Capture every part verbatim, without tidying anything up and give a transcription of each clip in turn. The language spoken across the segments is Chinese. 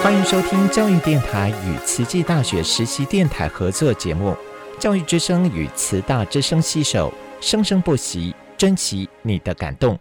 欢迎收听教育电台与慈济大学实习电台合作节目《教育之声》与慈大之声携手，生生不息，珍惜你的感动。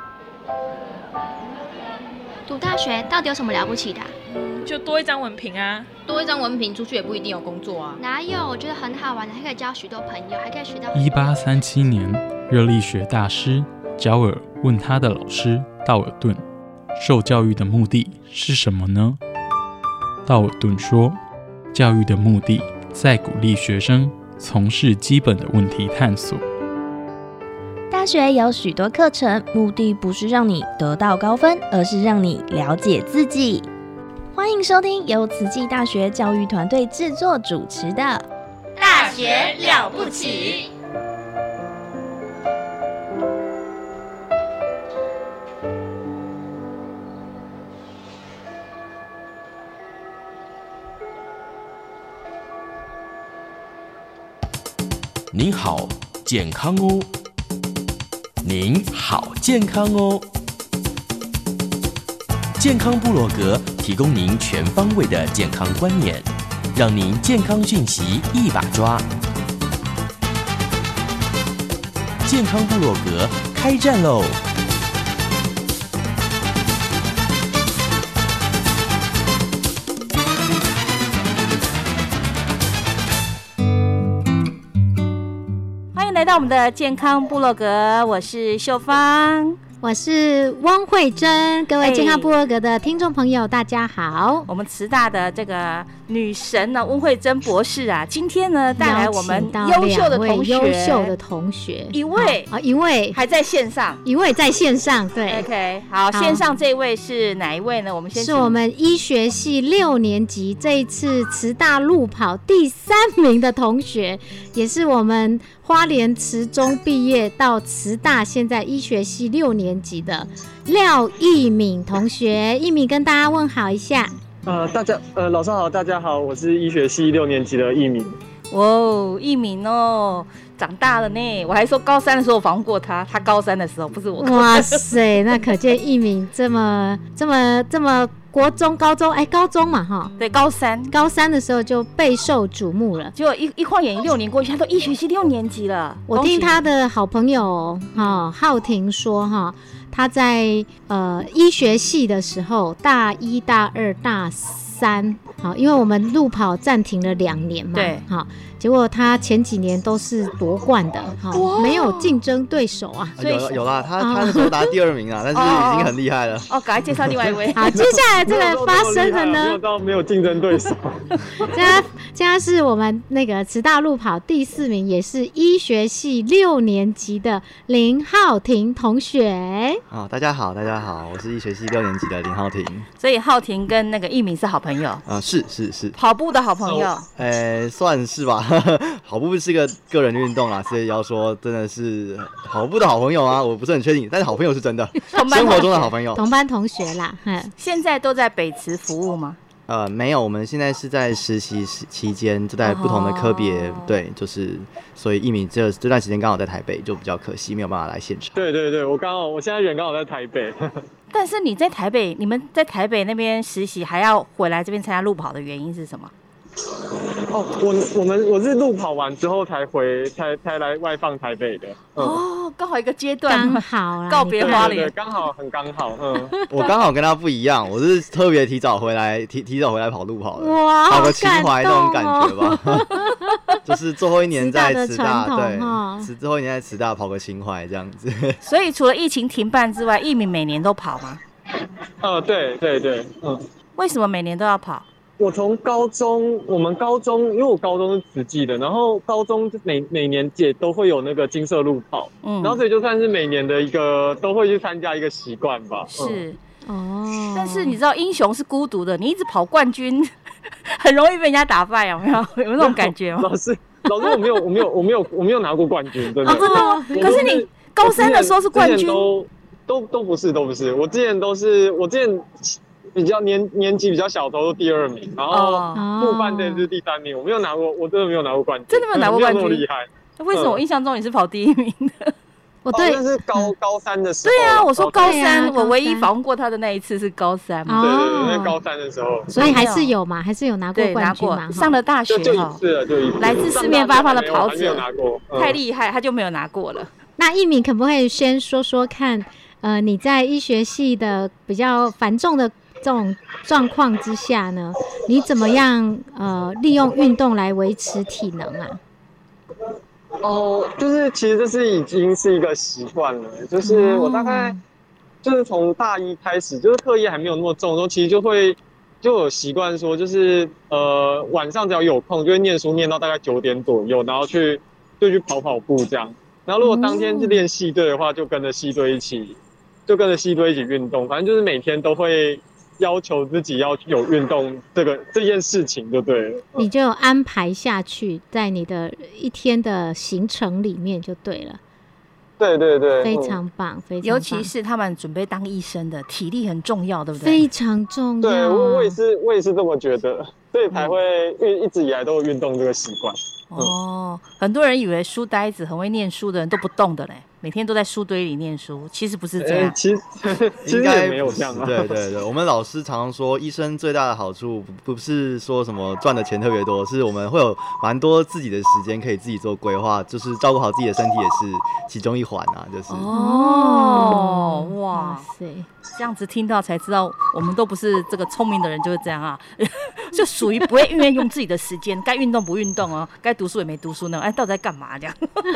读大学到底有什么了不起的啊？ 就多一张文凭啊！ 多一张文凭，出去也不一定有工作啊。 哪有？我觉得很好玩的，还可以交许多朋友，还可以学到。 一八三七年，热力学大师焦耳问他的老师道尔顿，受教育的目的是什么呢？道尔顿说，教育的目的在鼓励学生从事基本的问题探索。 大学有许多课程，目的不是让你得到高分，而是让你了解自己。欢迎收听由慈济大学教育团队制作主持的《 大学了不起》。 您好，健康哦！您好，健康哦！健康部落格提供您全方位的健康观念，让您健康讯息一把抓。健康部落格开战喽！ 来到我们的健康部落格，我是秀芳， 我是汪慧珍，各位健康部落格的听众朋友，大家好。 我们慈大的这个女神呢，温慧珍博士啊，今天呢带来我们优秀的同学， 优秀的同学， 一位啊，一位还在线上， 一位在线上，对 ，OK， 好，线上这位是哪一位呢？我们先是我们医学系六年级这一次慈大路跑第三名的同学，也是我们花莲慈中毕业到慈大现在医学系六年级的廖义敏同学。义敏跟大家问好一下。 呃，大家呃，老师好，大家好，我是医学系六年级的义敏。 哦，义敏哦，长大了呢。我还说高三的时候访问过他，他高三的时候不是我。 哇塞，那可见义敏这么这么这么国中、高中，哎，高中嘛哈， 对，高三， 高三的时候就备受瞩目了。 结果一一晃眼六年过去，他都医学系六年级了。 我听他的好朋友哈、哦、浩庭说哈。他在呃医学系的时候，大一、大二、大三，好，因为我们路跑暂停了两年嘛， 对， 好，结果他前几年都是夺冠的，好，没有竞争对手啊。 所以有有啦，他他那时候拿第二名啊，但是已经很厉害了。 哦，赶快介绍另外一位。 好，接下来这个发生的呢， 没有到没有竞争对手。 现在现在是我们那个慈大路跑第四名，也是医学系六年级的林浩庭同学。 哦，大家好，大家好，我是医学系六年级的林浩庭。 所以浩庭跟那个义敏是好朋友啊、 呃，是是是， 跑步的好朋友。 呃，算是吧。跑步是个个人运动啦，所以要说真的是跑步的好朋友啊，我不是很确定，但是好朋友是真的，生活中的好朋友， 同班同学啦。 现在都在北慈服务吗？ 呃，没有，我们现在是在实习期间，就在不同的科别，哦、对，就是所以义敏这这段时间刚好在台北，就比较可惜没有办法来现场。 对对对，我刚好我现在人刚好在台北。 但是你在台北，你们在台北那边实习，还要回来这边参加路跑的原因是什么？ 哦，我我们我是路跑完之后才回才才来外放台北的。 嗯、哦，刚好一个阶段， 刚好告别花莲， 刚好很刚好。嗯， 我刚好跟他不一样，我是特别提早回来，提提早回来跑路跑的， 哇， 跑个情怀那种感觉吧。 哦、 就是最后一年在慈大， 对， 最后一年在慈大跑个情怀这样子。 所以除了疫情停办之外，义敏每年都跑吗？ 呃，对对对，嗯。 为什么每年都要跑？ 我从高中，我们高中，因为我高中是慈济的，然后高中每每年也都会有那个金色路跑，嗯，然后所以就算是每年的一个都会去参加一个习惯吧。 是，嗯、哦。但是你知道，英雄是孤独的，你一直跑冠军，很容易被人家打败，有没有？有那种感觉吗？ 老师，老师，我没有，我没有，我没有，我没有拿过冠军，真的。 哦、真的吗？可是你高三的时候是冠军， 都都都不是，都不是。我之前都是，我之前。比较年年纪比较小的时候都第二名，然后部班这是第三名，我没有拿过，我真的没有拿过冠军， 真的没有拿过冠军， 没有那么厉害。 为什么我印象中你是跑第一名的？ 我对， 那是高高三的时候。 对啊，我说高三， 啊、 我唯一访问过他的那一次是高三嘛。 对对对，那高三的时候。 所以还是有嘛，还是有拿过冠军嘛。 上了大学就一次了，就一次。 来自四面八方的跑者， 拿过嗯、 太厉害，他就没有拿过了。 那一鸣可不可以先说说看，呃，你在医学系的比较繁重的这种状况之下呢，你怎么样呃利用运动来维持体能啊？ 哦，就是其实这是已经是一个习惯了，就是我大概就是从大一开始，就是课业还没有那么重的时候，其实就会就有习惯说，就是呃晚上只要有空，就会念书念到大概九点左右，然后去就去跑跑步这样。然后如果当天是练系队的话，就跟着系队一起，就跟着系队一起运动，反正就是每天都会要求自己要有运动这个这件事情就对了， 你就安排下去，在你的一天的行程里面就对了。 对对对， 非常棒，嗯、非常棒。 尤其是他们准备当医生的，体力很重要，对不对？ 非常重要。 对，我我也是，我也是这么觉得，所以才会运、嗯、一直以来都有运动这个习惯。 哦，很多人以为书呆子很会念书的人都不动的嘞，每天都在书堆里念书，其实不是这样。欸、 其实其实也没有这样啊。 对对对，我们老师常常说，医生最大的好处不是说什么赚的钱特别多，是我们会有蛮多自己的时间可以自己做规划，就是照顾好自己的身体也是其中一环啊，就是。 哦，哇塞，这样子听到才知道，我们都不是这个聪明的人就是这样啊，就属于不会运用自己的时间，该运动不运动哦，该读书也没读书呢，哎，到底在干嘛这样？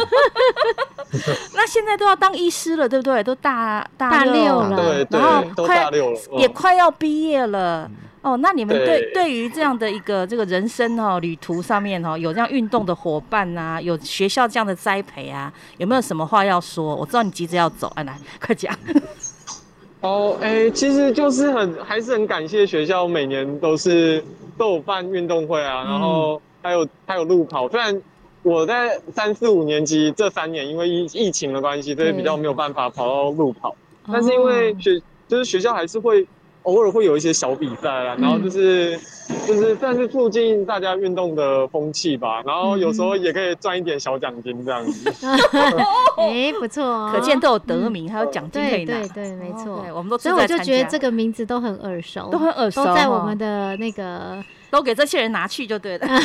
那现在都要当医师了，对不对？都大大六了， 对对， 然后都大六了， 也快要毕业了。哦，那你们对对于这样的一个这个人生哦旅途上面哦，有这样运动的伙伴啊，有学校这样的栽培啊，有没有什么话要说？我知道你急着要走，哎，来快讲。 哦，哎、欸，其实就是很还是很感谢学校每年都是都有办运动会啊，然后还有、嗯、还有路跑，虽然。我在三四五年级这三年，因为疫疫情的关系，所以比较没有办法跑到路跑。但是因为学就是学校还是会偶尔会有一些小比赛啊，然后就是就是算是促进大家运动的风气吧。然后有时候也可以赚一点小奖金这样子。 哎，不错哦， 可见都有得名，还有奖金可以拿。 对对对，没错。 我们都所以我就觉得这个名字都很耳熟， 都很耳熟， 都在我们的那个。 都给这些人拿去就对了，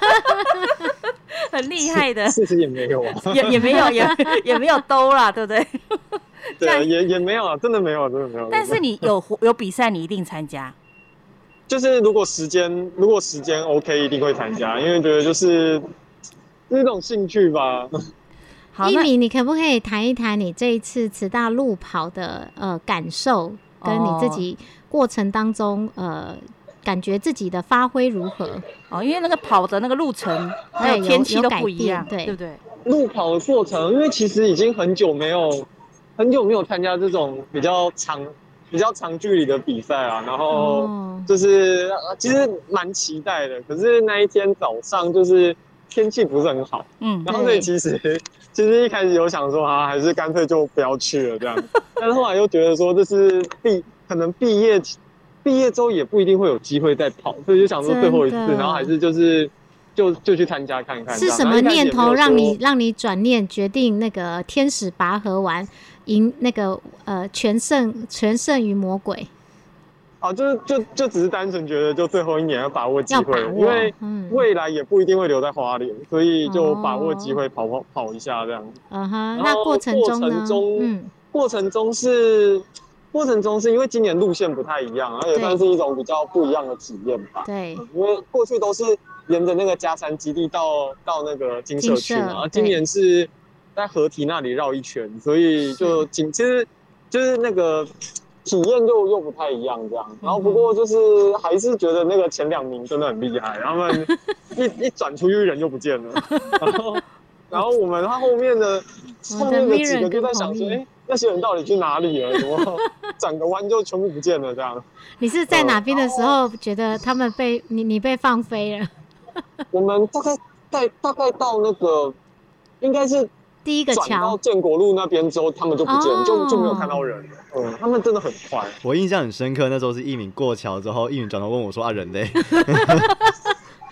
很厉害的。 事实也没有啊， 也也没有，也也没有兜啦，对不对？ 对，也也没有啊，真的没有，真的没有。 但是你有有比赛，你一定参加。 就是如果时间如果时间 OK， 一定会参加，因为觉得就是是一种兴趣吧。 好，一鸣，你可不可以谈一谈你这一次慈大路跑的呃感受，跟你自己过程当中呃？感觉自己的发挥如何？ 哦，因为那个跑的那个路程还有天气都不一样，对不对？ 路跑的过程，因为其实已经很久没有很久没有参加这种比较长比较长距离的比赛啊，然后就是、哦、其实蛮期待的。可是那一天早上就是天气不是很好，嗯，然后所以其实其实一开始有想说啊，还是干脆就不要去了这样，但是后来又觉得说这是毕可能毕业。毕业之后也不一定会有机会再跑，所以就想说最后一次，然后还是就是就就去参加看看。 是什么念头让你让你转念决定那个天使拔河完赢那个呃全胜全胜于魔鬼？ 啊，就是就就只是单纯觉得就最后一年要把握机会，因为未来也不一定会留在花莲，所以就把握机会跑跑跑一下这样。 嗯哼，那过程中呢？ 过程中，嗯，过程中是。过程中是因为今年路线不太一样，而且算是一种比较不一样的体验吧。 对， 因为过去都是沿着那个嘉山基地到到那个金社区嘛，而今年是在河堤那里绕一圈，所以就其实就是那个体验就又不太一样这样。然后不过就是还是觉得那个前两名真的很厉害，他们一一转出去人就不见了，然后然后我们他后面的后面的几个就在想说，哎。那些人到底去哪里了？怎么转个弯就全部不见了？这样。 你是在哪边的时候觉得他们被你你被放飞了？ 我们大概在大概到那个应该是第一个桥转到建国路那边之后，他们就不见了，哦、就就没有看到人了。嗯，他们真的很快。 我印象很深刻，那时候是一鸣过桥之后，一鸣转头问我说：“啊，人嘞？”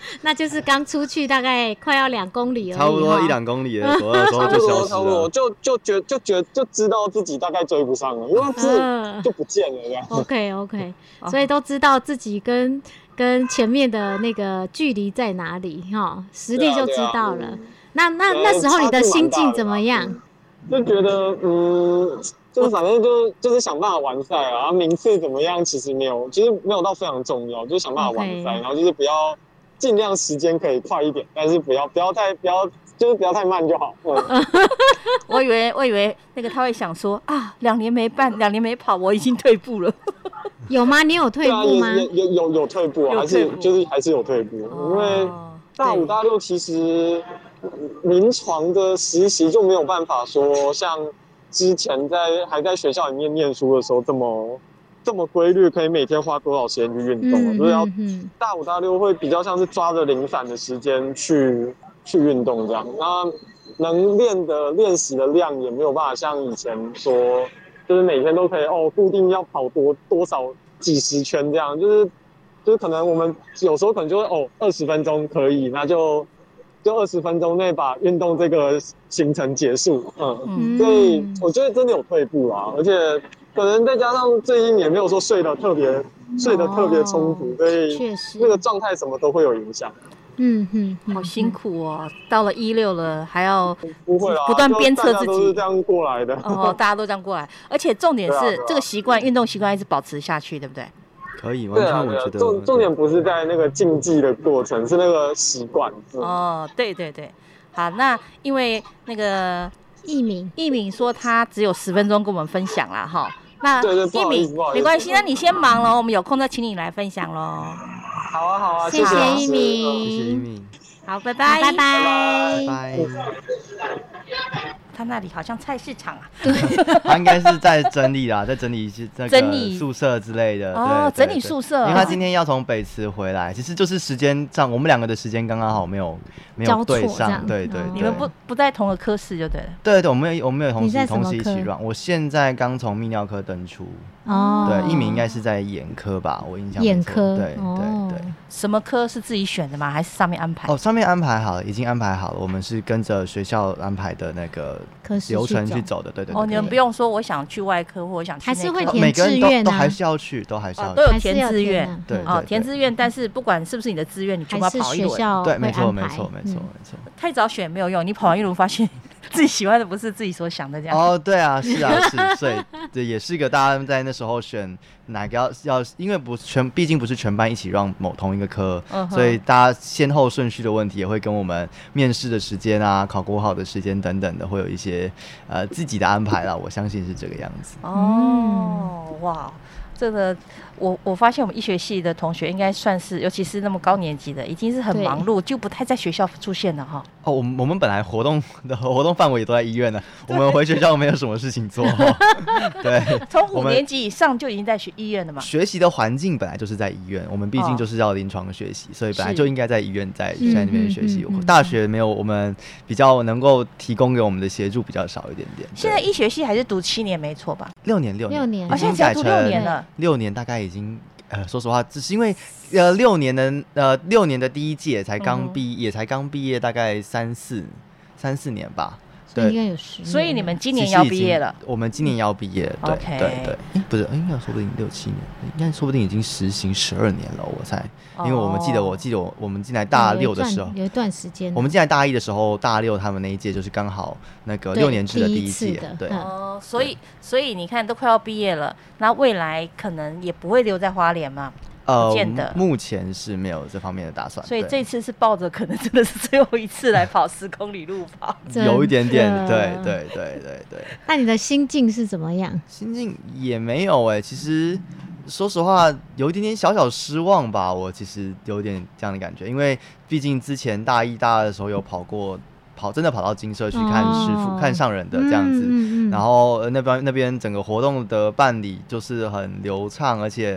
那就是刚出去大概快要两公里而已， 差不多一两公里了，走的时候就消失差不多了， 就就觉就觉就知道自己大概追不上了，因为字就不见了这样。 OK OK， 所以都知道自己跟跟前面的那个距离在哪里哈，实力就知道了。啊啊、那那那时候你的心境怎么样？ 就觉得嗯。就是反正就就是想办法完赛啊，然后名次怎么样其实没有，其实没有到非常重要，就是想办法完赛， okay. 然后就是不要尽量时间可以快一点，但是不要不要太不要就是不要太慢就好。嗯、 我以为我以为那个他会想说啊，两年没办，两年没跑，我已经退步了。 有吗？你有退步吗？ 啊、有有有有退步啊，还是就是还是有退步，哦、因为大五大六其实临床的实习就没有办法说像。之前在还在学校里面念书的时候，这么这么规律，可以每天花多少时间去运动？嗯、就是要大五大六会比较像是抓着零散的时间去去运动这样。那能练的练习的量也没有办法像以前说，就是每天都可以哦，固定要跑多多少几十圈这样。就是就是可能我们有时候可能就会哦二十分钟可以，那就。就二十分钟内把运动这个行程结束，嗯，嗯所以我觉得真的有退步啦，而且可能再加上最近也没有说睡得特别、哦、睡得特别充足，所以那个状态什么都会有影响。 嗯哼，好辛苦哦，到了一六了还要不会啦， 不断鞭策自己， 大家都是这样过来的。 哦，大家都这样过来，而且重点是、啊啊、这个习惯，运动习惯一直保持下去，对不对？ 可以，完全我觉得重重点不是在那个竞技的过程，是那个习惯。 哦，对对对，好，那因为那个易敏， 易敏说他只有十分钟跟我们分享啦，哈。那易敏没关系，那你先忙喽，我们有空再请你来分享喽。 好啊，好啊， 谢谢易敏， 谢谢易敏， 好，拜拜， 拜拜， 拜拜。 他那里好像菜市场啊， 对， 他应该是在整理啦，在整理那个宿舍之类的。 哦，整理宿舍， 因为他今天要从北池回来，其实就是时间上，我们两个的时间刚刚好没有没有对上，对 对, 对。 你们不不在同个科室就对了。 对对，我们有我们有同时同时一起乱。我现在刚从泌尿科登出，哦，对，一鸣应该是在眼科吧，我印象眼科， 对对对。 什么科是自己选的吗？还是上面安排？ 哦，上面安排好了，已经安排好了。我们是跟着学校安排的那个流程去走的，对对对。 哦，你们不用说我想去外科或我想去内科， 还是会填志愿啊， 都还是要去，都还是要去， 都有填志愿， 对哦，填志愿，但是不管是不是你的志愿，你全部要跑一轮， 对，没错没错没错没错。 太早选没有用，你跑完一轮发现自己喜欢的不是自己所想的这样。 哦，对啊，是啊是，所以这也是一个大家在那时候选哪个要要，因为不全，毕竟不是全班一起让某同一个科，嗯、所以大家先后顺序的问题也会跟我们面试的时间啊、考国考的时间等等的，会有一些呃自己的安排啦。我相信是这个样子。 哦，哇。这个我我发现我们医学系的同学应该算是，尤其是那么高年级的，已经是很忙碌，就不太在学校出现了哈。 哦，我们我们本来活动的活动范围也都在医院呢，我们回学校没有什么事情做。对， 从五年级以上就已经在学医院了嘛。 学习的环境本来就是在医院，我们毕竟就是要临床学习，哦、所以本来就应该在医院在在那边学习。嗯嗯嗯、大学没有我们比较能够提供给我们的协助比较少一点点。 现在医学系还是读七年没错吧？ 六年六年六年， 哦，现在只要读六年了。 六年大概已经，呃，说实话，只是因为呃六年的呃六年的第一届才刚毕业，嗯、才刚毕业大概三四三四年吧。 对，应该有十年。 所以你们今年要毕业了？ 我们今年要毕业，对 okay. 对对，欸、不是，应该说不定六七年，应该说不定已经实行十二年了，我猜。因为我们记得，我记得我我们进来大六的时候， 有一段时间。 我们进来大一的时候，大六他们那一届就是刚好那个六年制的第一届，对。 哦，所以所以你看，都快要毕业了，那未来可能也不会留在花莲嘛。 呃， 不见得， 目前是没有这方面的打算， 所以这次是抱着可能真的是最后一次来跑十公里路跑， 有一点点，对对对对对。 那你的心境是怎么样？ 心境也没有哎、欸，其实说实话有一点点小小失望吧，我其实有点这样的感觉，因为毕竟之前大一大二的时候有跑过。跑真的跑到金社去看师傅、哦、看上人的这样子，嗯嗯嗯、然后那边那边整个活动的办理就是很流畅，而且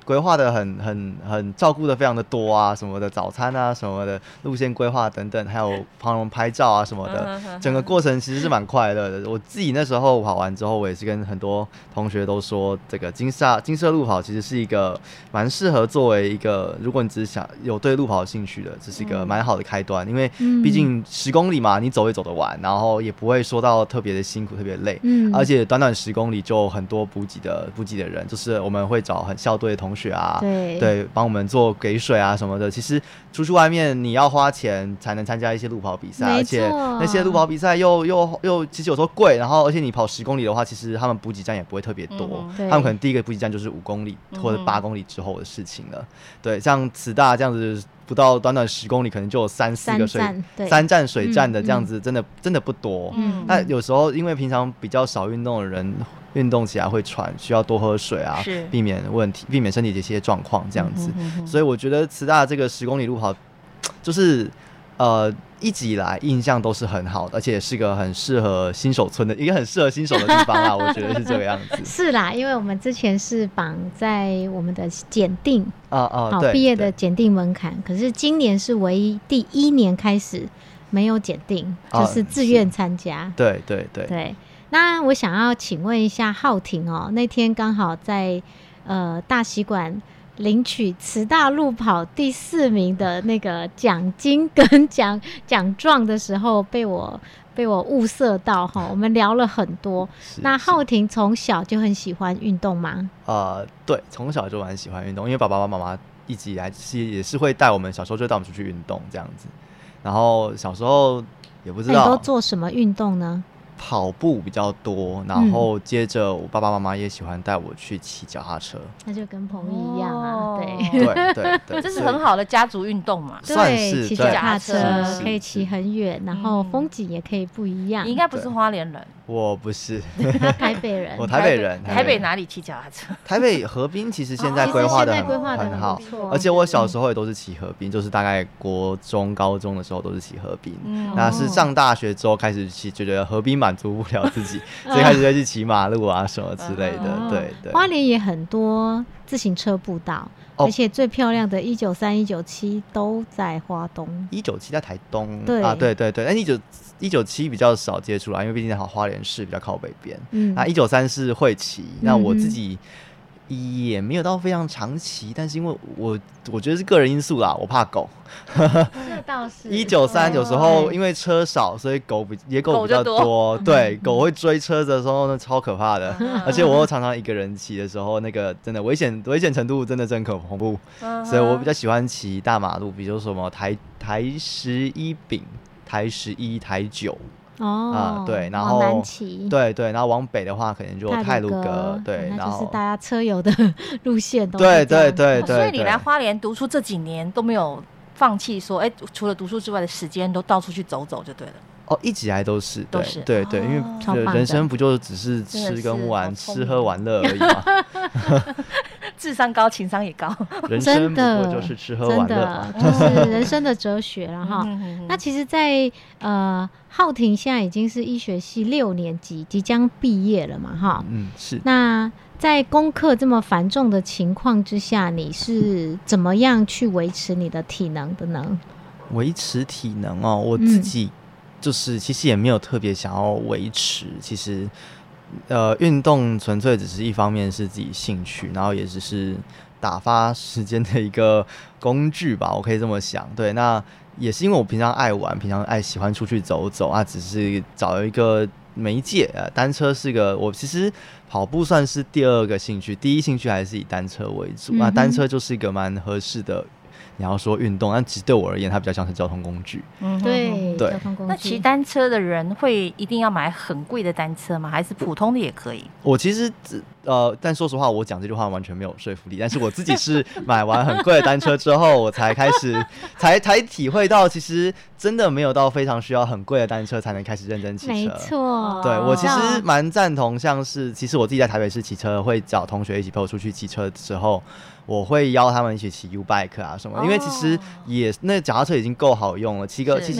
规划的很很很照顾的非常的多啊，什么的早餐啊什么的路线规划等等，还有帮我们拍照啊什么的，整个过程其实是蛮快乐的。我自己那时候跑完之后，我也是跟很多同学都说，这个金沙金色路跑其实是一个蛮适合作为一个，如果你只是想有对路跑有兴趣的，这是一个蛮好的开端，因为毕竟十公里嘛，你走也走得完，然后也不会说到特别的辛苦特别累，嗯，而且短短十公里就很多补给的补给的人，就是我们会找很校队的同学啊，对对，帮我们做给水啊什么的。其实出去外面你要花钱才能参加一些路跑比赛，而且那些路跑比赛又又又其实有时候贵，然后而且你跑十公里的话，其实他们补给站也不会特别多，嗯、他们可能第一个补给站就是五公里或者八公里之后的事情了。对，像慈大这样子。不到短短十公里，可能就有三四个水三站水站的这样子，真的、嗯、真的不多。嗯，那有时候因为平常比较少运动的人，运动起来会喘，需要多喝水啊，避免问题，避免身体的一些状况这样子。嗯、哼哼哼所以我觉得慈大这个十公里路跑，就是呃一直以来印象都是很好的，而且也是个很适合新手村的一个很适合新手的地方啊，我觉得是这个样子。 是啦，因为我们之前是绑在我们的检定啊啊， 好毕业的检定门槛，可是今年是唯一第一年开始没有检定，就是自愿参加。啊、 对对对对。那我想要请问一下浩庭哦，那天刚好在呃大溪馆。领取慈大路跑第四名的那个奖金跟奖奖状的时候，被我被我物色到哈。我们聊了很多。那浩庭从小就很喜欢运动吗？ 呃，对，从小就蛮喜欢运动，因为爸爸妈妈一直以来是也是会带我们，小时候就带我们出去运动这样子。然后小时候也不知道你都做什么运动呢？ 跑步比较多，然后接着我爸爸妈妈也喜欢带我去骑脚踏车， 那就跟彭毅一样啊， 哦、 对对对对， 这是很好的家族运动嘛， 对，骑脚踏车可以骑很远，然后风景也可以不一样。 你应该不是花莲人， 我不是， 他台北人， 我台北人， 台北哪里骑脚踏车？ 台北河滨其实现在规划的很好，而且我小时候也都是骑河滨，就是大概国中、高中的时候都是骑河滨，那是上大学之后开始骑，觉得河滨满足不了自己。所以开始就去骑马路啊什么之类的，哦、对对。 花莲也很多自行车步道，哦、而且最漂亮的一九三、一九七都在花东。 一九七在台东， 对啊，对对对。但一九一九七比较少接触啦，因为毕竟花莲市比较靠北边。嗯，那一九三是会骑，那我自己。也没有到非常长期，但是因为我我觉得是个人因素啦，我怕狗。 这倒是。 一九三有时候因为车少，所以狗比野狗比较多，多对，狗会追车的时候呢，超可怕的。而且我又常常一个人骑的时候，那个真的危险危险程度真的真可恐怖，所以我比较喜欢骑大马路，比如说什么台台十一丙、台十一、台九。 哦、 啊，对，然后南骑， 对对，然后往北的话，可能就太鲁阁，对， 然后就是大家车友的路线都对对对对。 所以你来花莲读书这几年都没有放弃说，哎，除了读书之外的时间都到处去走走就对了。 哦，一直以来都是， 都是， 对对， 哦、 因为人生不就只是吃跟玩、吃喝玩乐而已吗？ 智商高，情商也高， 人生不过就是吃喝玩乐， 就是人生的哲学了哈。那其实在，在呃，浩庭现在已经是医学系六年级，即将毕业了嘛，哈。 嗯，是。 那在功课这么繁重的情况之下，你是怎么样去维持你的体能的呢？ 维持体能哦，我自己。嗯就是其实也没有特别想要维持，其实呃运动纯粹只是一方面是自己兴趣，然后也只是打发时间的一个工具吧，我可以这么想。对，那也是因为我平常爱玩，平常爱喜欢出去走走啊，只是找一个媒介，呃，单车是个我其实跑步算是第二个兴趣，第一兴趣还是以单车为主。那、嗯、单车就是一个蛮合适的。你要说运动，但其实对我而言，它比较像是交通工具。 嗯，对， 对。 交通工具。 那骑单车的人会一定要买很贵的单车吗？还是普通的也可以？ 我其实呃，但说实话，我讲这句话完全没有说服力。但是我自己是买完很贵的单车之后，我才开始才才体会到，其实真的没有到非常需要很贵的单车才能开始认真骑车。 没错。 对，我其实蛮赞同，像是其实我自己在台北市骑车，会找同学一起陪我出去骑车之后。我会邀他们一起骑 U bike 啊什么，因为其实也那脚踏车已经够好用了，骑个骑骑河滨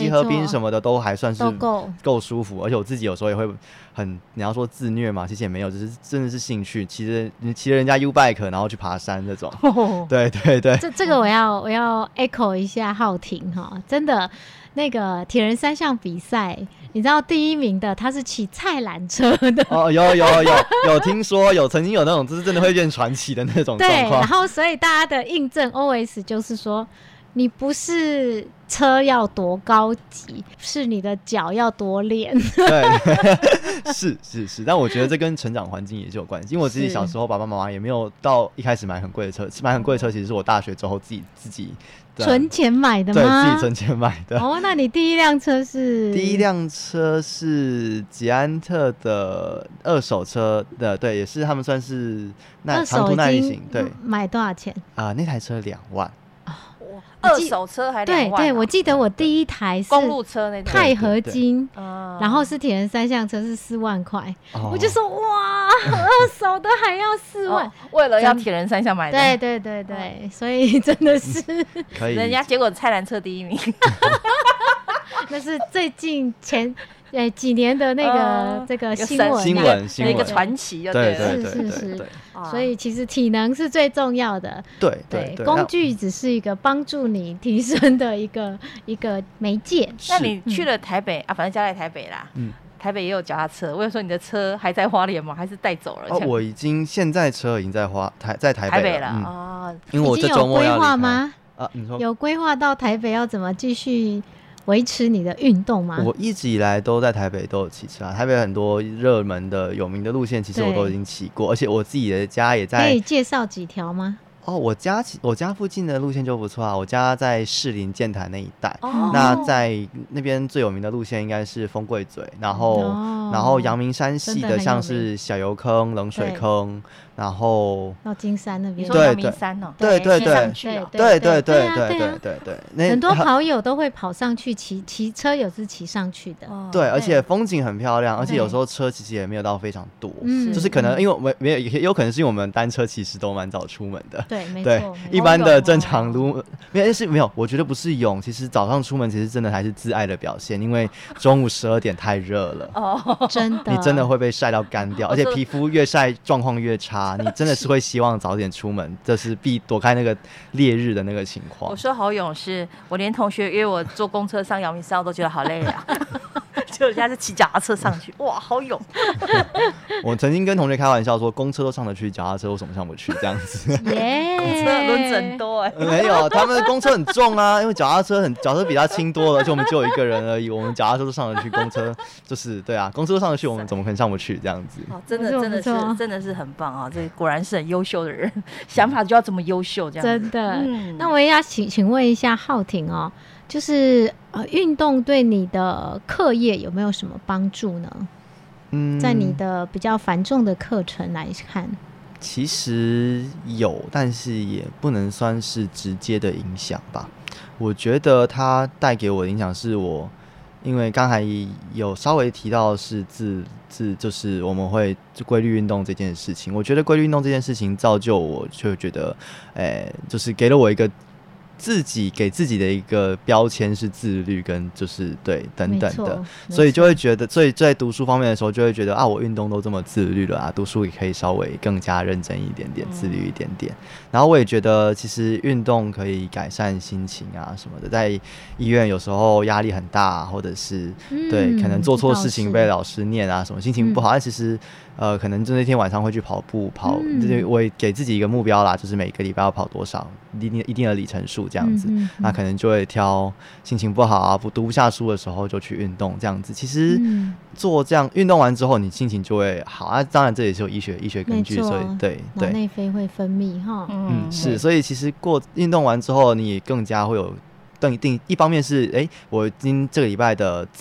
情什么的都还算是够够舒服，而且我自己有时候也会很，你要说自虐嘛，其实也没有，只是真的是兴趣，骑着你骑着人家 U bike 然后去爬山这种，哦、对对对， 这这个我要我要 echo 一下浩庭哈，真的那个铁人三项比赛，你知道第一名的他是骑菜篮车的哦，有有有有听说有曾经有那种就是真的会变传奇的那种状况， 对，然后所以大家的印证 O S 就是说。你不是车要多高级，是你的脚要多练。 对，是是是，但我觉得这跟成长环境也是有关系。因为我自己小时候爸爸妈妈也没有到一开始买很贵的车，买很贵的车其实是我大学之后自己自己存钱买的吗？ 对，自己存钱买的。 哦，那你第一辆车是？ 第一辆车是捷安特的二手车的，对，也是他们算是耐长途耐力型。对， 买多少钱？ 啊、呃，那台车两万。 二手车还两万、啊、 对对，我记得我第一台是公路车那钛合金，然后是铁人三项车是四万块、哦，我就说哇，二手的还要四万、哦， 为了要铁人三项买的， 对对对对，哦、所以真的是可以， 人家结果菜篮车第一名， 那是最近前。对几年的那个、呃、这个新闻、啊， 新闻新闻一个传奇， 对对对对是是是，所以其实体能是最重要的， 对对对， 工具只是一个帮助你提升的一个一个媒介。 那你去了台北、嗯、啊，反正家在台北啦，嗯，台北也有脚踏车。我有说你的车还在花莲吗？还是带走了？ 哦，我已经现在车已经在花台在台北了， 台北了、 嗯、 哦， 因为我这周末要有规划吗？ 啊，你说有规划到台北要怎么继续？维持你的运动吗？ 我一直以来都在台北都有骑车啊，台北很多热门的有名的路线，其实我都已经骑过，而且我自己的家也在。 可以介绍几条吗？ 哦，我家我家附近的路线就不错啊，我家在士林剑潭那一带、哦，那在那边最有名的路线应该是丰贵嘴，然后、哦、然后阳明山系的像是小油坑、冷水坑。然后到金山那边， 你说阳明山哦， 对对对对对对对对对对对， 很多跑友都会跑上去骑骑车，有是骑上去的， 对，而且风景很漂亮，而且有时候车其实也没有到非常多，就是可能因为我们没有，也有可能是因为我们单车其实都蛮早出门的， 对，没错， 一般的正常路没有是没有，我觉得不是勇，其实早上出门其实真的还是自爱的表现，因为中午十二点太热了， 哦，真的， 你真的会被晒到干掉，而且皮肤越晒状况越差。你真的是会希望早点出门，这是避躲开那个烈日的那个情况。 我说好勇士，我连同学约我坐公车上阳明山，我都觉得好累啊。就人家是骑脚踏车上去，哇，好勇！ 我曾经跟同学开玩笑说，公车都上得去，脚踏车为什么上不去？这样子， 耶， 公车轮子很多哎、 欸，没有，他们的公车很重啊，因为脚踏车很脚踏车比它轻多了，而且我们只有一个人而已，我们脚踏车都上得去，公车就是对啊，公车都上得去，我们怎么可能上不去？这样子， 哦，真的真的是真的是很棒啊！这果然是很优秀的人，想法就要这么优秀，这样子真的。嗯、那我也要请请问一下浩庭哦。就是呃，运动对你的课业有没有什么帮助呢？嗯，在你的比较繁重的课程来看， 其实有，但是也不能算是直接的影响吧。我觉得它带给我的影响是我，因为刚才有稍微提到是自自，就是我们会规律运动这件事情。我觉得规律运动这件事情造就我，就觉得，诶、欸，就是给了我一个。自己给自己的一个标签是自律跟就是对等等的，所以就会觉得，所以在读书方面的时候就会觉得啊，我运动都这么自律了啊，读书也可以稍微更加认真一点点，自律一点点。然后我也觉得其实运动可以改善心情啊什么的，在医院有时候压力很大，或者是、嗯、对可能做错事情被老师念啊什么，心情不好，但、嗯、其实呃可能就那天晚上会去跑步跑，嗯、我也给自己一个目标啦，就是每个礼拜要跑多少一定一定的里程数这样子，嗯嗯嗯，那可能就会挑心情不好啊，不读不下书的时候就去运动这样子。其实做这样运动完之后，你心情就会好啊。当然这也是有医学医学根据，所以对对， 脑内啡会分泌哈， 嗯是，所以其实过运动完之后，你更加会有。定定一方面是哎、欸，我今这个礼拜的自律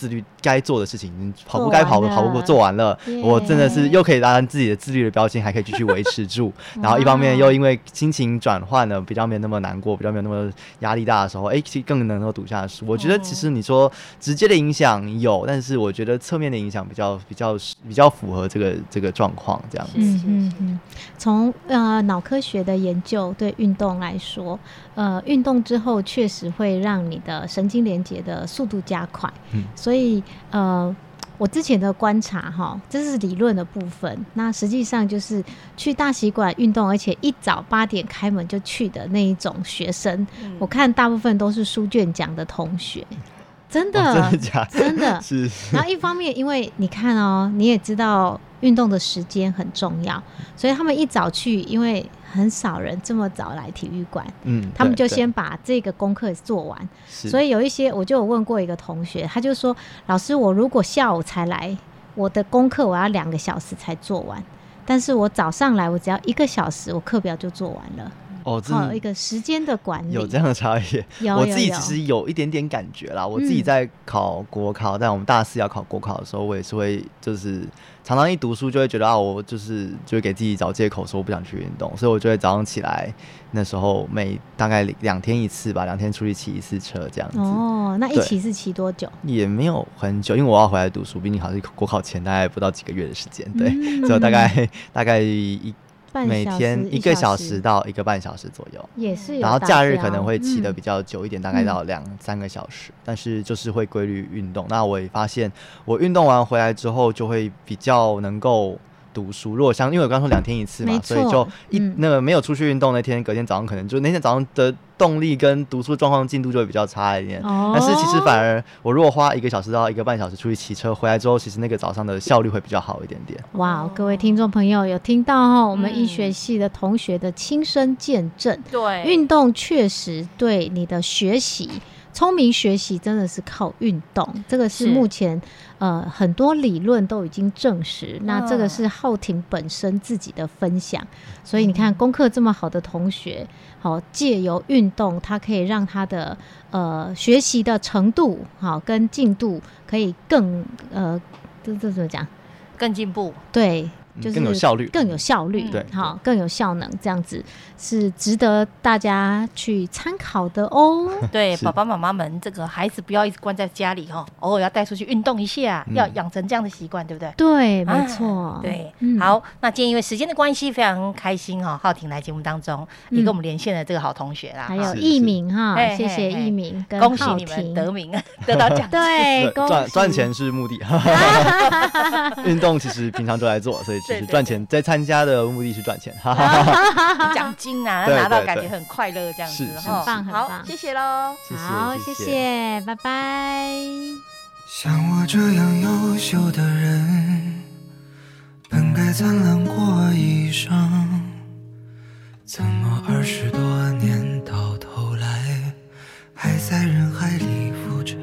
该做的事情，跑步该跑的跑步做完了，我真的是又可以达成自己的自律的标签，还可以继续维持住。然后一方面又因为心情转换了，比较没有那么难过，比较没有那么压力大的时候，哎，其实更能够读下书。我觉得其实你说直接的影响有，但是我觉得侧面的影响比较比较比较符合这个这个状况这样子。 嗯嗯嗯，从呃脑科学的研究对运动来说，呃，运动之后确实会让你的神经连结的速度加快，嗯，所以呃。我之前的观察哈，这是理论的部分。那实际上就是去大习馆运动，而且一早八点开门就去的那一种学生，嗯、我看大部分都是书卷奖的同学，真的， 哦、真的假的？ 真的是。 然后一方面，因为你看哦，你也知道运动的时间很重要，所以他们一早去，因为很少人这么早来体育馆，嗯，他们就先把这个功课做完。所以有一些，我就有问过一个同学，他就说：“老师，我如果下午才来，我的功课我要两个小时才做完，但是我早上来，我只要一个小时，我课表就做完了。”哦，这有一个时间的管理， 有这样的差异。我自己其实有一点点感觉啦。我自己在考国考，在我们大四要考国考的时候，我也是会就是常常一读书就会觉得啊，我就是就会给自己找借口说我不想去运动，所以我就会早上起来，那时候每大概两天一次吧，两天出去骑一次车这样子。 哦，那一骑是骑多久？ 也没有很久，因为我要回来读书，毕竟考试国考前大概不到几个月的时间，对，嗯、所以大概大概一。每天一个小时到一个半小时左右， 也是有。 然后假日可能会骑得比较久一点，嗯、大概到两三个小时，但是就是会规律运动。那我也发现，我运动完回来之后，就会比较能够读书。如果像因为我刚说两天一次嘛，所以就一、嗯、那个没有出去运动那天，隔天早上可能就那天早上的动力跟读书状况进度就会比较差一点。哦、但是其实反而我如果花一个小时到一个半小时出去骑车，回来之后，其实那个早上的效率会比较好一点点。 哇，各位听众朋友有听到哈、哦，我们医学系的同学的亲身见证，对、嗯，运动确实对你的学习。聪明学习真的是靠运动，这个是目前呃很多理论都已经证实。那这个是浩庭本身自己的分享，所以你看功课这么好的同学，好借由运动，他可以让他的呃学习的程度好跟进度可以更呃这这怎么讲？ 更进步， 对。就是更有效率， 更有效率，对，好，更有效能，这样子是值得大家去参考的哦。 对，爸爸妈妈们，这个孩子不要一直关在家里哦，偶尔要带出去运动一下，嗯、要养成这样的习惯，对不对？ 对，没错、啊。 对，嗯、好，那今天因为时间的关系，非常开心哈、哦，浩庭来节目当中，也跟我们连线了这个好同学啦， 还有艺名哈，谢谢艺名， 恭喜你们得名，得到奖， 对， 赚赚钱是目的，运动其实平常就来做，所以。其实赚钱，在参加的目的是赚钱， 奖金啊，拿到感觉很快乐，这样子， 很棒，很棒， 好，谢谢喽， 好，谢谢，拜拜。 像我这样优秀的人，本该灿烂过一生，怎么二十多年到头来，还在人海里浮沉？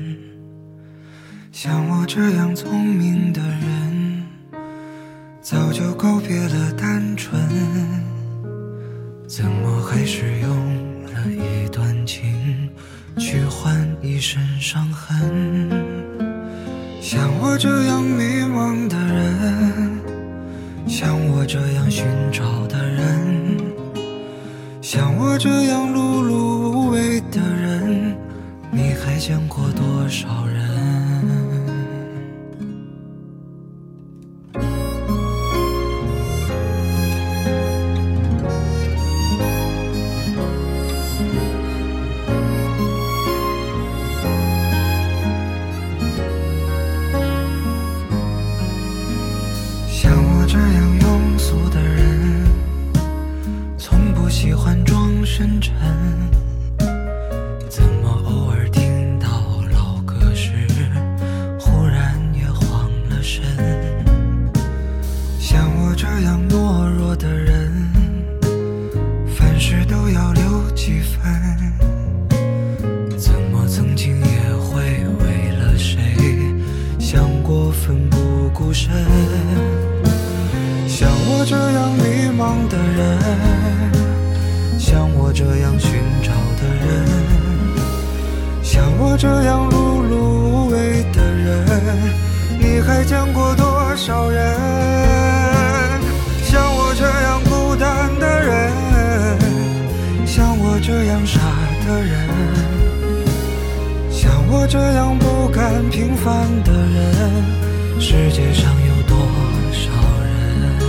像我这样聪明的人，早就告别了单纯，怎么还是用了一段情去换一身伤痕？像我这样迷茫的人，像我这样寻找的人，像我这样碌碌无为的人，你还见过多少人？深沉，怎么偶尔听到老歌时，忽然也慌了神？像我这样懦弱的人，凡事都要留几分，怎么曾经也会为了谁想过奋不顾身？像我这样迷茫的人，像我这样寻找的人，像我这样碌碌无为的人， 人，你还见过多少人？像我这样孤单的人，像我这样傻的人，像我这样不甘平凡的人，世界上有多少人？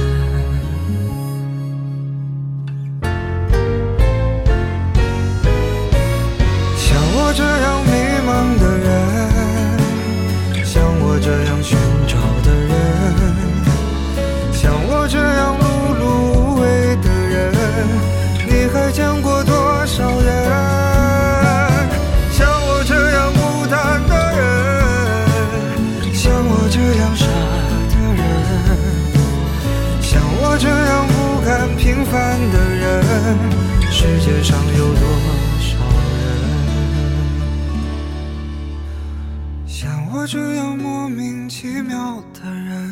像我这样迷茫的人，像我这样寻找的人，像我这样碌碌无为的人，你还见过多少人？像我这样孤单的人，像我这样傻的人，像我这样不甘平凡的人，世界上有多少人？像我这样莫名其妙的人。